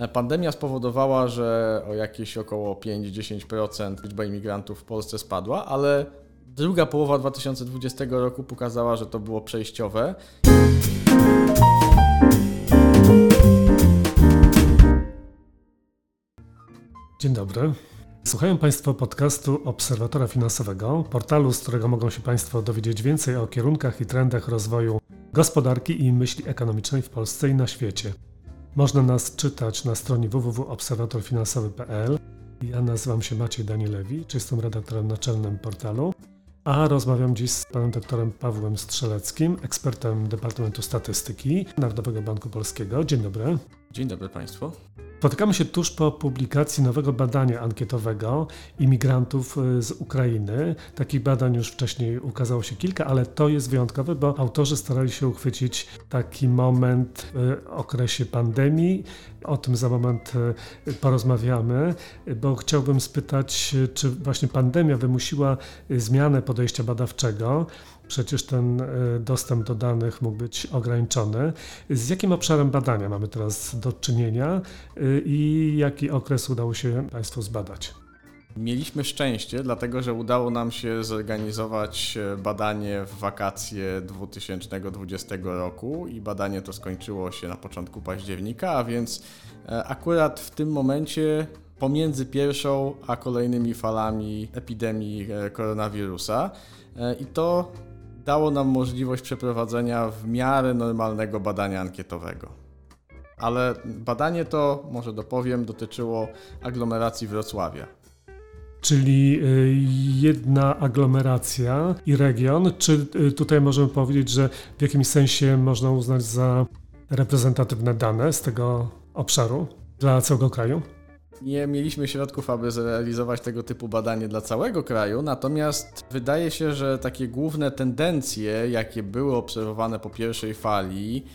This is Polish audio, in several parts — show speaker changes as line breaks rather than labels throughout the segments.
Pandemia spowodowała, że o jakieś około 5-10% liczba imigrantów w Polsce spadła, ale druga połowa 2020 roku pokazała, że to było przejściowe.
Dzień dobry. Słuchają Państwo podcastu Obserwatora Finansowego, portalu, z którego mogą się Państwo dowiedzieć więcej o kierunkach i trendach rozwoju gospodarki i myśli ekonomicznej w Polsce i na świecie. Można nas czytać na stronie www.obserwatorfinansowy.pl. Ja nazywam się Maciej Danielewicz, jestem redaktorem naczelnym portalu, a rozmawiam dziś z panem doktorem Pawłem Strzeleckim, ekspertem Departamentu Statystyki Narodowego Banku Polskiego. Dzień dobry.
Dzień dobry Państwu.
Spotykamy się tuż po publikacji nowego badania ankietowego imigrantów z Ukrainy. Takich badań już wcześniej ukazało się kilka, ale to jest wyjątkowe, bo autorzy starali się uchwycić taki moment w okresie pandemii. O tym za moment porozmawiamy, bo chciałbym spytać, czy właśnie pandemia wymusiła zmianę podejścia badawczego. Przecież ten dostęp do danych mógł być ograniczony. Z jakim obszarem badania mamy teraz do czynienia i jaki okres udało się Państwu zbadać?
Mieliśmy szczęście, dlatego że udało nam się zorganizować badanie w wakacje 2020 roku i badanie to skończyło się na początku października, a więc akurat w tym momencie pomiędzy pierwszą a kolejnymi falami epidemii koronawirusa i to dało nam możliwość przeprowadzenia w miarę normalnego badania ankietowego. Ale badanie to, może dopowiem, dotyczyło aglomeracji Wrocławia.
Czyli jedna aglomeracja i region. Czy tutaj możemy powiedzieć, że w jakimś sensie można uznać za reprezentatywne dane z tego obszaru dla całego kraju?
Nie mieliśmy środków, aby zrealizować tego typu badanie dla całego kraju, natomiast wydaje się, że takie główne tendencje, jakie były obserwowane po pierwszej fali,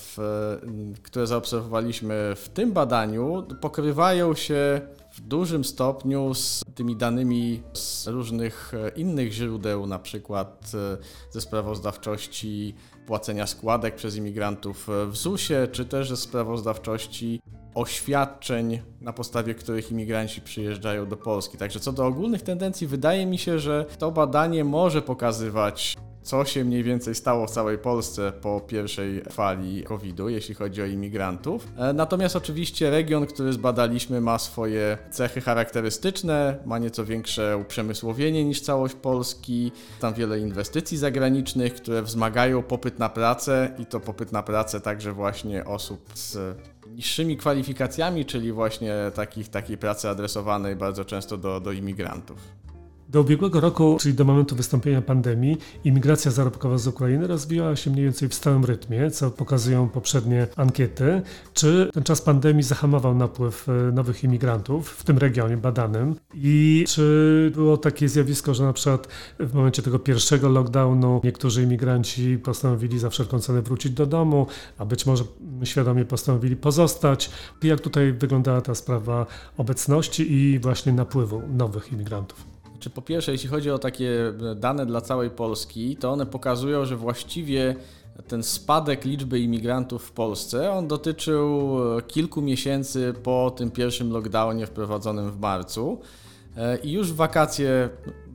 które zaobserwowaliśmy w tym badaniu, pokrywają się w dużym stopniu z tymi danymi z różnych innych źródeł, na przykład ze sprawozdawczości płacenia składek przez imigrantów w ZUS-ie, czy też ze sprawozdawczości oświadczeń, na podstawie których imigranci przyjeżdżają do Polski. Także co do ogólnych tendencji, wydaje mi się, że to badanie może pokazywać, co się mniej więcej stało w całej Polsce po pierwszej fali COVID-u, jeśli chodzi o imigrantów. Natomiast oczywiście region, który zbadaliśmy, ma swoje cechy charakterystyczne, ma nieco większe uprzemysłowienie niż całość Polski, tam wiele inwestycji zagranicznych, które wzmagają popyt na pracę i to popyt na pracę także właśnie osób z niższymi kwalifikacjami, czyli właśnie takiej pracy adresowanej bardzo często do imigrantów.
Do ubiegłego roku, czyli do momentu wystąpienia pandemii, imigracja zarobkowa z Ukrainy rozwijała się mniej więcej w stałym rytmie, co pokazują poprzednie ankiety. Czy ten czas pandemii zahamował napływ nowych imigrantów w tym regionie badanym? I czy było takie zjawisko, że na przykład w momencie tego pierwszego lockdownu niektórzy imigranci postanowili za wszelką cenę wrócić do domu, a być może świadomie postanowili pozostać? Jak tutaj wyglądała ta sprawa obecności i właśnie napływu nowych imigrantów?
Po pierwsze, jeśli chodzi o takie dane dla całej Polski, to one pokazują, że właściwie ten spadek liczby imigrantów w Polsce, on dotyczył kilku miesięcy po tym pierwszym lockdownie wprowadzonym w marcu i już w wakacje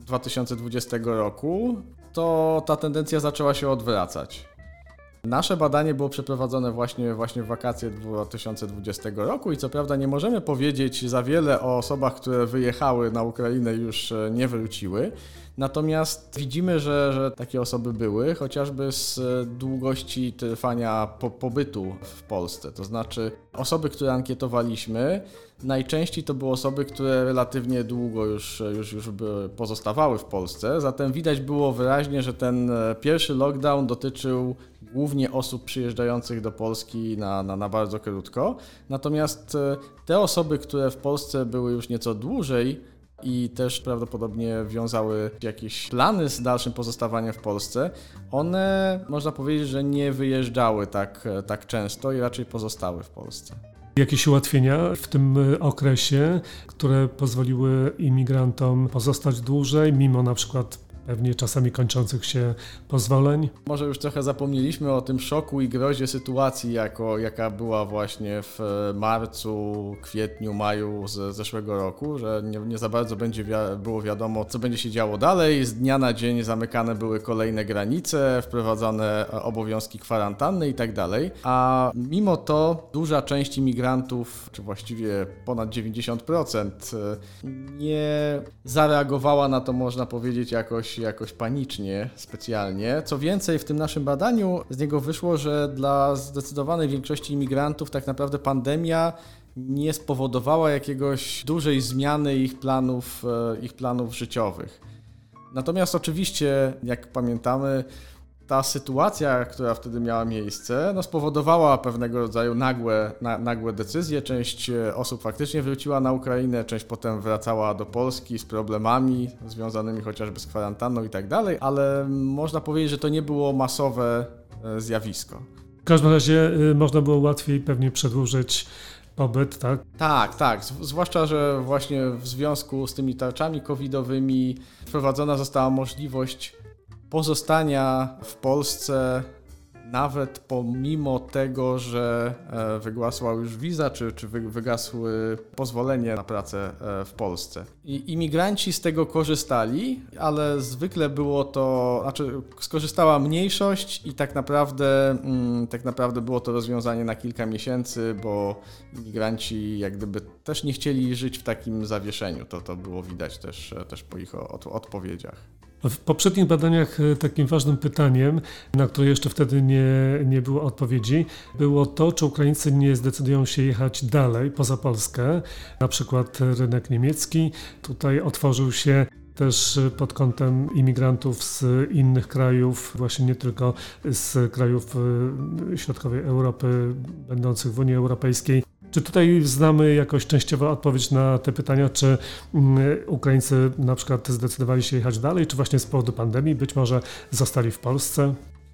2020 roku to ta tendencja zaczęła się odwracać. Nasze badanie było przeprowadzone właśnie w wakacje 2020 roku i co prawda nie możemy powiedzieć za wiele o osobach, które wyjechały na Ukrainę i już nie wróciły. Natomiast widzimy, że takie osoby były, chociażby z długości trwania pobytu w Polsce. To znaczy osoby, które ankietowaliśmy, najczęściej to były osoby, które relatywnie długo już pozostawały w Polsce. Zatem widać było wyraźnie, że ten pierwszy lockdown dotyczył głównie osób przyjeżdżających do Polski na bardzo krótko. Natomiast te osoby, które w Polsce były już nieco dłużej, i też prawdopodobnie wiązały jakieś plany z dalszym pozostawaniem w Polsce, one można powiedzieć, że nie wyjeżdżały tak często i raczej pozostały w Polsce.
Jakieś ułatwienia w tym okresie, które pozwoliły imigrantom pozostać dłużej, mimo na przykład pewnie czasami kończących się pozwoleń.
Może już trochę zapomnieliśmy o tym szoku i grozie sytuacji, jaka była właśnie w marcu, kwietniu, maju z zeszłego roku, że nie za bardzo było wiadomo, co będzie się działo dalej. Z dnia na dzień zamykane były kolejne granice, wprowadzane obowiązki kwarantanny i tak dalej. A mimo to duża część imigrantów, czy właściwie ponad 90%, nie zareagowała na to, można powiedzieć, jakoś panicznie, specjalnie. Co więcej, w tym naszym badaniu z niego wyszło, że dla zdecydowanej większości imigrantów tak naprawdę pandemia nie spowodowała jakiegoś dużej zmiany ich planów życiowych. Natomiast oczywiście, jak pamiętamy, ta sytuacja, która wtedy miała miejsce, spowodowała pewnego rodzaju nagłe decyzje. Część osób faktycznie wróciła na Ukrainę, część potem wracała do Polski z problemami związanymi chociażby z kwarantanną i tak dalej, ale można powiedzieć, że to nie było masowe zjawisko.
W każdym razie można było łatwiej pewnie przedłużyć pobyt, tak?
Tak. Zwłaszcza, że właśnie w związku z tymi tarczami covidowymi wprowadzona została możliwość pozostania w Polsce nawet pomimo tego, że wygasła już wiza, czy wygasły pozwolenie na pracę w Polsce. I imigranci z tego korzystali, ale zwykle było to, skorzystała mniejszość i tak naprawdę było to rozwiązanie na kilka miesięcy, bo imigranci jak gdyby też nie chcieli żyć w takim zawieszeniu. To było widać też po ich odpowiedziach.
W poprzednich badaniach takim ważnym pytaniem, na które jeszcze wtedy nie było odpowiedzi, było to, czy Ukraińcy nie zdecydują się jechać dalej, poza Polskę, na przykład rynek niemiecki. Tutaj otworzył się też pod kątem imigrantów z innych krajów, właśnie nie tylko z krajów środkowej Europy, będących w Unii Europejskiej. Czy tutaj znamy jakoś częściowo odpowiedź na te pytania, czy Ukraińcy na przykład zdecydowali się jechać dalej, czy właśnie z powodu pandemii być może zostali w Polsce?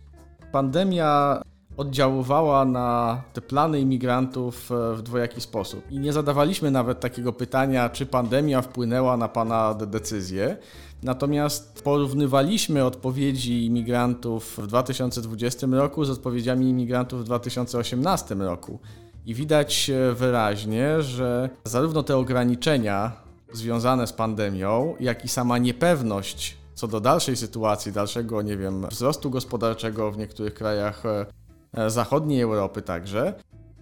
Pandemia oddziaływała na te plany imigrantów w dwojaki sposób. I nie zadawaliśmy nawet takiego pytania, czy pandemia wpłynęła na Pana decyzję. Natomiast porównywaliśmy odpowiedzi imigrantów w 2020 roku z odpowiedziami imigrantów w 2018 roku. I widać wyraźnie, że zarówno te ograniczenia związane z pandemią, jak i sama niepewność co do dalszej sytuacji, dalszego, wzrostu gospodarczego w niektórych krajach zachodniej Europy także,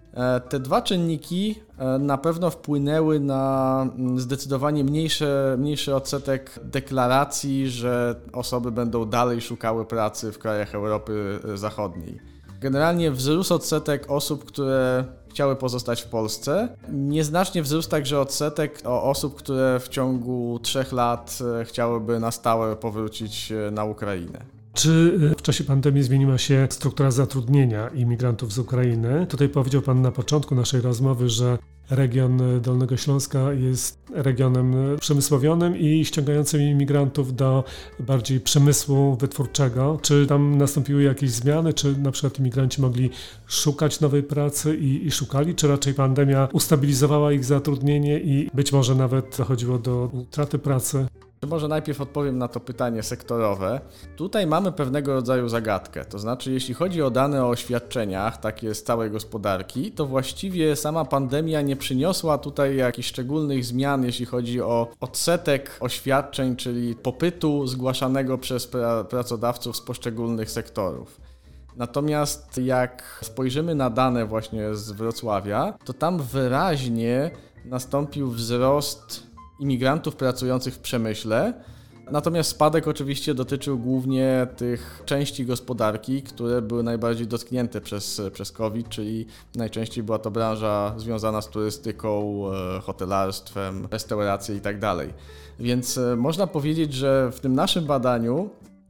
te dwa czynniki na pewno wpłynęły na zdecydowanie mniejszy odsetek deklaracji, że osoby będą dalej szukały pracy w krajach Europy Zachodniej. Generalnie wzrósł odsetek osób, które chciały pozostać w Polsce. Nieznacznie wzrósł także odsetek osób, które w ciągu 3 lat chciałyby na stałe powrócić na Ukrainę.
Czy w czasie pandemii zmieniła się struktura zatrudnienia imigrantów z Ukrainy? Tutaj powiedział Pan na początku naszej rozmowy, że region Dolnego Śląska jest regionem przemysłowionym i ściągającym imigrantów do bardziej przemysłu wytwórczego. Czy tam nastąpiły jakieś zmiany? Czy na przykład imigranci mogli szukać nowej pracy i szukali? Czy raczej pandemia ustabilizowała ich zatrudnienie i być może nawet dochodziło do utraty pracy?
Może najpierw odpowiem na to pytanie sektorowe. Tutaj mamy pewnego rodzaju zagadkę, to znaczy jeśli chodzi o dane o świadczeniach, takie z całej gospodarki, to właściwie sama pandemia nie przyniosła tutaj jakichś szczególnych zmian, jeśli chodzi o odsetek oświadczeń, czyli popytu zgłaszanego przez pracodawców z poszczególnych sektorów. Natomiast jak spojrzymy na dane właśnie z Wrocławia, to tam wyraźnie nastąpił wzrost imigrantów pracujących w przemyśle, natomiast spadek oczywiście dotyczył głównie tych części gospodarki, które były najbardziej dotknięte przez COVID, czyli najczęściej była to branża związana z turystyką, hotelarstwem, restauracje i tak dalej. Więc można powiedzieć, że w tym naszym badaniu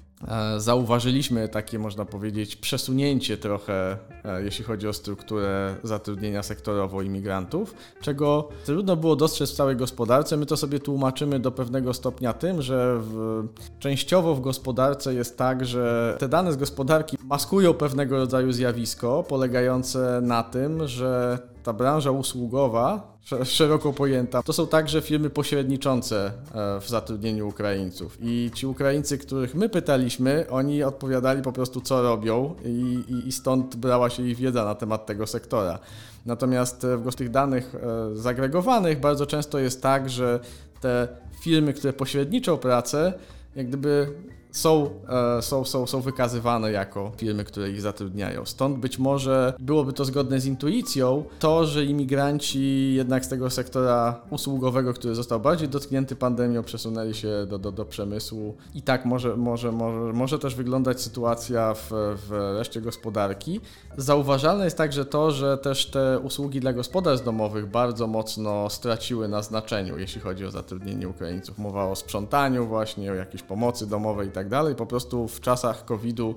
zauważyliśmy takie, można powiedzieć, przesunięcie trochę, jeśli chodzi o strukturę zatrudnienia sektorowo imigrantów, czego trudno było dostrzec w całej gospodarce. My to sobie tłumaczymy do pewnego stopnia tym, że częściowo w gospodarce jest tak, że te dane z gospodarki maskują pewnego rodzaju zjawisko polegające na tym, że ta branża usługowa, szeroko pojęta, to są także firmy pośredniczące w zatrudnieniu Ukraińców. I ci Ukraińcy, których my pytaliśmy, oni odpowiadali po prostu, co robią i stąd brała się ich wiedza na temat tego sektora. Natomiast w tych danych zagregowanych bardzo często jest tak, że te firmy, które pośredniczą pracę, jak gdyby są wykazywane jako firmy, które ich zatrudniają. Stąd być może byłoby to zgodne z intuicją, to, że imigranci jednak z tego sektora usługowego, który został bardziej dotknięty pandemią, przesunęli się do przemysłu. I tak może też wyglądać sytuacja w reszcie gospodarki. Zauważalne jest także to, że też te usługi dla gospodarstw domowych bardzo mocno straciły na znaczeniu, jeśli chodzi o zatrudnienie Ukraińców. Mowa o sprzątaniu właśnie, o jakiejś pomocy domowej i tak dalej. Po prostu w czasach COVID-u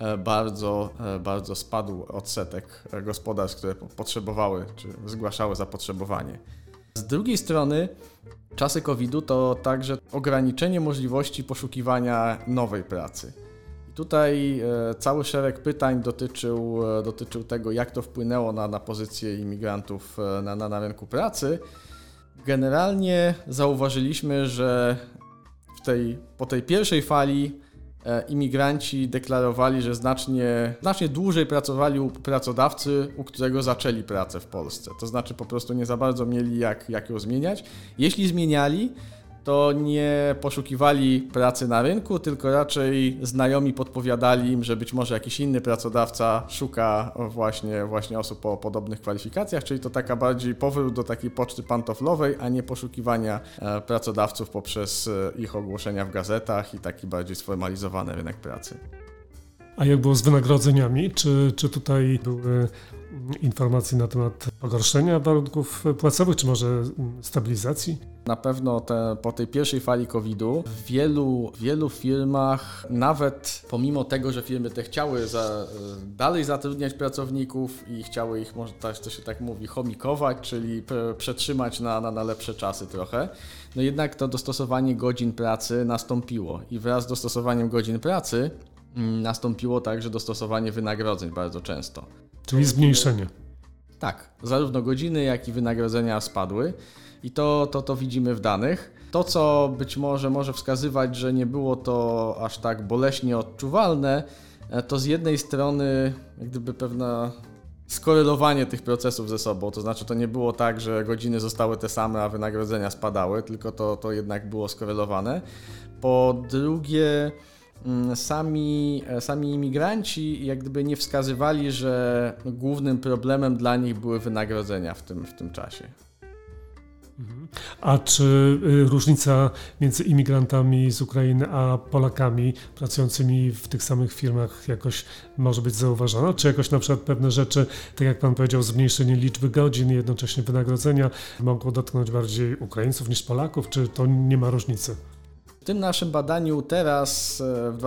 bardzo spadł odsetek gospodarstw, które potrzebowały czy zgłaszały zapotrzebowanie. Z drugiej strony czasy COVID-u to także ograniczenie możliwości poszukiwania nowej pracy. I tutaj cały szereg pytań dotyczył tego, jak to wpłynęło na pozycję imigrantów na rynku pracy. Generalnie zauważyliśmy, że po tej pierwszej fali imigranci deklarowali, że znacznie dłużej pracowali u pracodawcy, u którego zaczęli pracę w Polsce. To znaczy po prostu nie za bardzo mieli jak ją zmieniać. Jeśli zmieniali, to nie poszukiwali pracy na rynku, tylko raczej znajomi podpowiadali im, że być może jakiś inny pracodawca szuka właśnie osób o podobnych kwalifikacjach, czyli to taka bardziej powrót do takiej poczty pantoflowej, a nie poszukiwania pracodawców poprzez ich ogłoszenia w gazetach i taki bardziej sformalizowany rynek pracy.
A jak było z wynagrodzeniami? Czy tutaj były informacje na temat pogorszenia warunków płacowych, czy może stabilizacji?
Na pewno po tej pierwszej fali COVID-u w wielu firmach, nawet pomimo tego, że firmy te chciały dalej zatrudniać pracowników i chciały ich, może to się tak mówi, chomikować, czyli przetrzymać na lepsze czasy trochę, no jednak to dostosowanie godzin pracy nastąpiło i wraz z dostosowaniem godzin pracy nastąpiło także dostosowanie wynagrodzeń bardzo często.
Czyli zmniejszenie.
Tak, zarówno godziny, jak i wynagrodzenia spadły i to widzimy w danych. To, co być może wskazywać, że nie było to aż tak boleśnie odczuwalne, to z jednej strony jak gdyby pewne skorelowanie tych procesów ze sobą, to znaczy to nie było tak, że godziny zostały te same, a wynagrodzenia spadały, tylko to jednak było skorelowane. Po drugie, sami imigranci jak gdyby nie wskazywali, że głównym problemem dla nich były wynagrodzenia w tym czasie.
A czy różnica między imigrantami z Ukrainy a Polakami pracującymi w tych samych firmach jakoś może być zauważona? Czy jakoś na przykład pewne rzeczy, tak jak Pan powiedział, zmniejszenie liczby godzin i jednocześnie wynagrodzenia mogło dotknąć bardziej Ukraińców niż Polaków? Czy to nie ma różnicy?
W tym naszym badaniu teraz,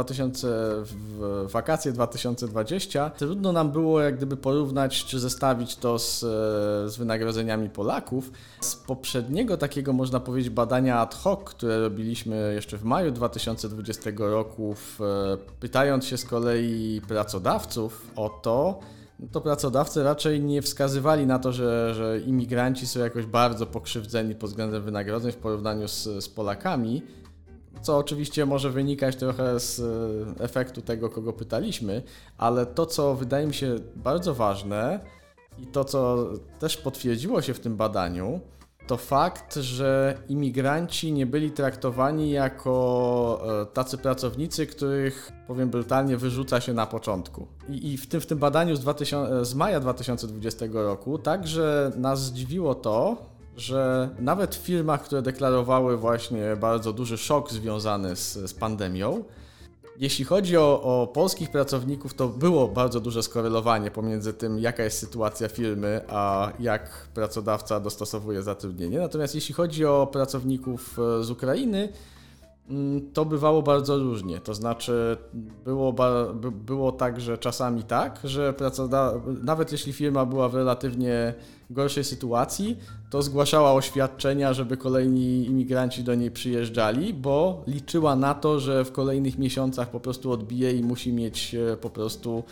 w wakacje 2020, trudno nam było jak gdyby porównać czy zestawić to z wynagrodzeniami Polaków. Z poprzedniego takiego, można powiedzieć, badania ad hoc, które robiliśmy jeszcze w maju 2020 roku, pytając się z kolei pracodawców o to pracodawcy raczej nie wskazywali na to, że imigranci są jakoś bardzo pokrzywdzeni pod względem wynagrodzeń w porównaniu z Polakami, co oczywiście może wynikać trochę z efektu tego, kogo pytaliśmy, ale to, co wydaje mi się bardzo ważne i to, co też potwierdziło się w tym badaniu, to fakt, że imigranci nie byli traktowani jako tacy pracownicy, których, powiem brutalnie, wyrzuca się na początku. I w tym badaniu z maja 2020 roku także nas zdziwiło to, że nawet w firmach, które deklarowały właśnie bardzo duży szok związany z pandemią, jeśli chodzi o polskich pracowników, to było bardzo duże skorelowanie pomiędzy tym, jaka jest sytuacja firmy, a jak pracodawca dostosowuje zatrudnienie. Natomiast jeśli chodzi o pracowników z Ukrainy, to bywało bardzo różnie. To znaczy było tak, że czasami tak, że nawet jeśli firma była w relatywnie gorszej sytuacji, to zgłaszała oświadczenia, żeby kolejni imigranci do niej przyjeżdżali, bo liczyła na to, że w kolejnych miesiącach po prostu odbije i musi mieć po prostu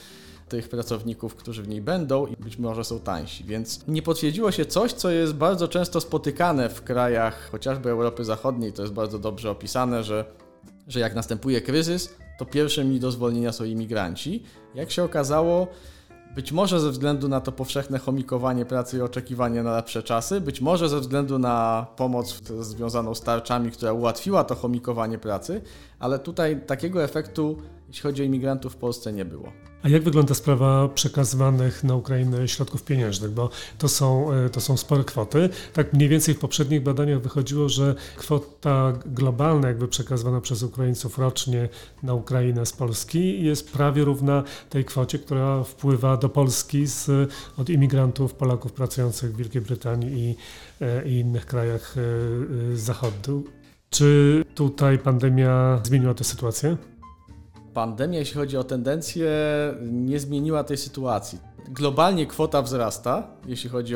tych pracowników, którzy w niej będą i być może są tańsi. Więc nie potwierdziło się coś, co jest bardzo często spotykane w krajach chociażby Europy Zachodniej. To jest bardzo dobrze opisane, że jak następuje kryzys, to pierwszymi do zwolnienia są imigranci. Jak się okazało, być może ze względu na to powszechne chomikowanie pracy i oczekiwanie na lepsze czasy, być może ze względu na pomoc związaną z tarczami, która ułatwiła to chomikowanie pracy, ale tutaj takiego efektu, jeśli chodzi o imigrantów, w Polsce nie było.
A jak wygląda sprawa przekazywanych na Ukrainę środków pieniężnych? Bo to są spore kwoty. Tak mniej więcej w poprzednich badaniach wychodziło, że kwota globalna jakby przekazywana przez Ukraińców rocznie na Ukrainę z Polski jest prawie równa tej kwocie, która wpływa do Polski od imigrantów, Polaków pracujących w Wielkiej Brytanii i innych krajach Zachodu. Czy tutaj pandemia zmieniła tę sytuację?
Pandemia, jeśli chodzi o tendencje, nie zmieniła tej sytuacji. Globalnie kwota wzrasta, jeśli chodzi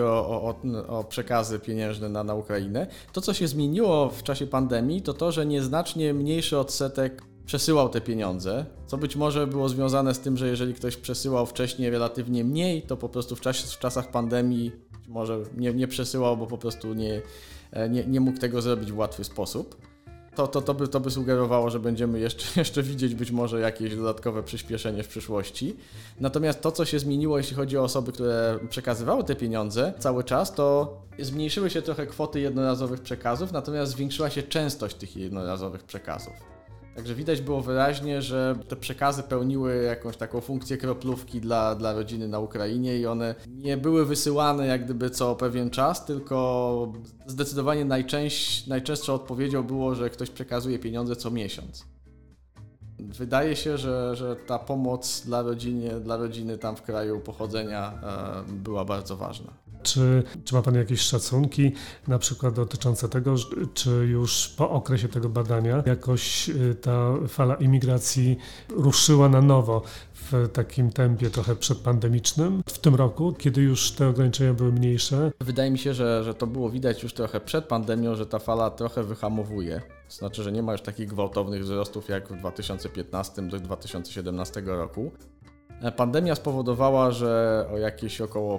o przekazy pieniężne na Ukrainę. To, co się zmieniło w czasie pandemii, to to, że nieznacznie mniejszy odsetek przesyłał te pieniądze, co być może było związane z tym, że jeżeli ktoś przesyłał wcześniej relatywnie mniej, to po prostu w czasach pandemii może nie przesyłał, bo po prostu nie mógł tego zrobić w łatwy sposób. To by sugerowało, że będziemy jeszcze widzieć być może jakieś dodatkowe przyspieszenie w przyszłości. Natomiast to, co się zmieniło, jeśli chodzi o osoby, które przekazywały te pieniądze cały czas, to zmniejszyły się trochę kwoty jednorazowych przekazów, natomiast zwiększyła się częstość tych jednorazowych przekazów. Także widać było wyraźnie, że te przekazy pełniły jakąś taką funkcję kroplówki dla rodziny na Ukrainie i one nie były wysyłane jak gdyby co pewien czas, tylko zdecydowanie najczęstszą odpowiedzią było, że ktoś przekazuje pieniądze co miesiąc. Wydaje się, że ta pomoc dla rodziny tam w kraju pochodzenia była bardzo ważna.
Czy ma Pan jakieś szacunki, na przykład dotyczące tego, czy już po okresie tego badania jakoś ta fala imigracji ruszyła na nowo w takim tempie trochę przedpandemicznym w tym roku, kiedy już te ograniczenia były mniejsze?
Wydaje mi się, że to było widać już trochę przed pandemią, że ta fala trochę wyhamowuje. To znaczy, że nie ma już takich gwałtownych wzrostów jak w 2015 do 2017 roku. Pandemia spowodowała, że o jakieś około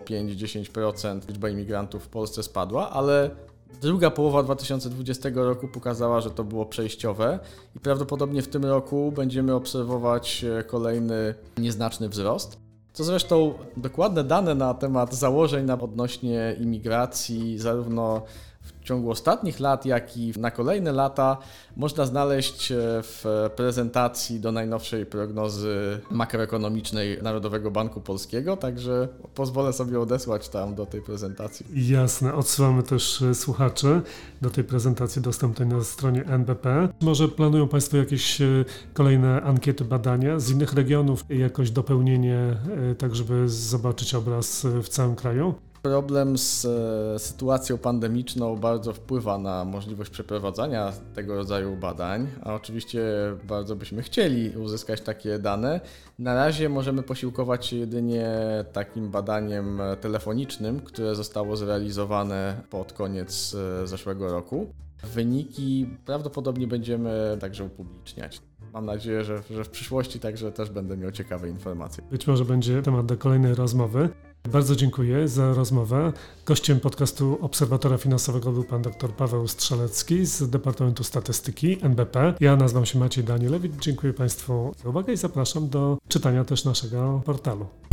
5-10% liczba imigrantów w Polsce spadła, ale druga połowa 2020 roku pokazała, że to było przejściowe i prawdopodobnie w tym roku będziemy obserwować kolejny nieznaczny wzrost. Co zresztą dokładne dane na temat założeń odnośnie imigracji zarówno w ciągu ostatnich lat, jak i na kolejne lata można znaleźć w prezentacji do najnowszej prognozy makroekonomicznej Narodowego Banku Polskiego, także pozwolę sobie odesłać tam do tej prezentacji.
Jasne, odsyłamy też słuchaczy do tej prezentacji dostępnej na stronie NBP. Może planują Państwo jakieś kolejne ankiety, badania z innych regionów, jakoś dopełnienie, tak żeby zobaczyć obraz w całym kraju?
Problem z sytuacją pandemiczną bardzo wpływa na możliwość przeprowadzania tego rodzaju badań, a oczywiście bardzo byśmy chcieli uzyskać takie dane. Na razie możemy posiłkować się jedynie takim badaniem telefonicznym, które zostało zrealizowane pod koniec zeszłego roku. Wyniki prawdopodobnie będziemy także upubliczniać. Mam nadzieję, że w przyszłości także też będę miał ciekawe informacje.
Być może będzie temat do kolejnej rozmowy. Bardzo dziękuję za rozmowę. Gościem podcastu Obserwatora Finansowego był pan dr Paweł Strzelecki z Departamentu Statystyki NBP. Ja nazywam się Maciej Danielewicz. Dziękuję Państwu za uwagę i zapraszam do czytania też naszego portalu.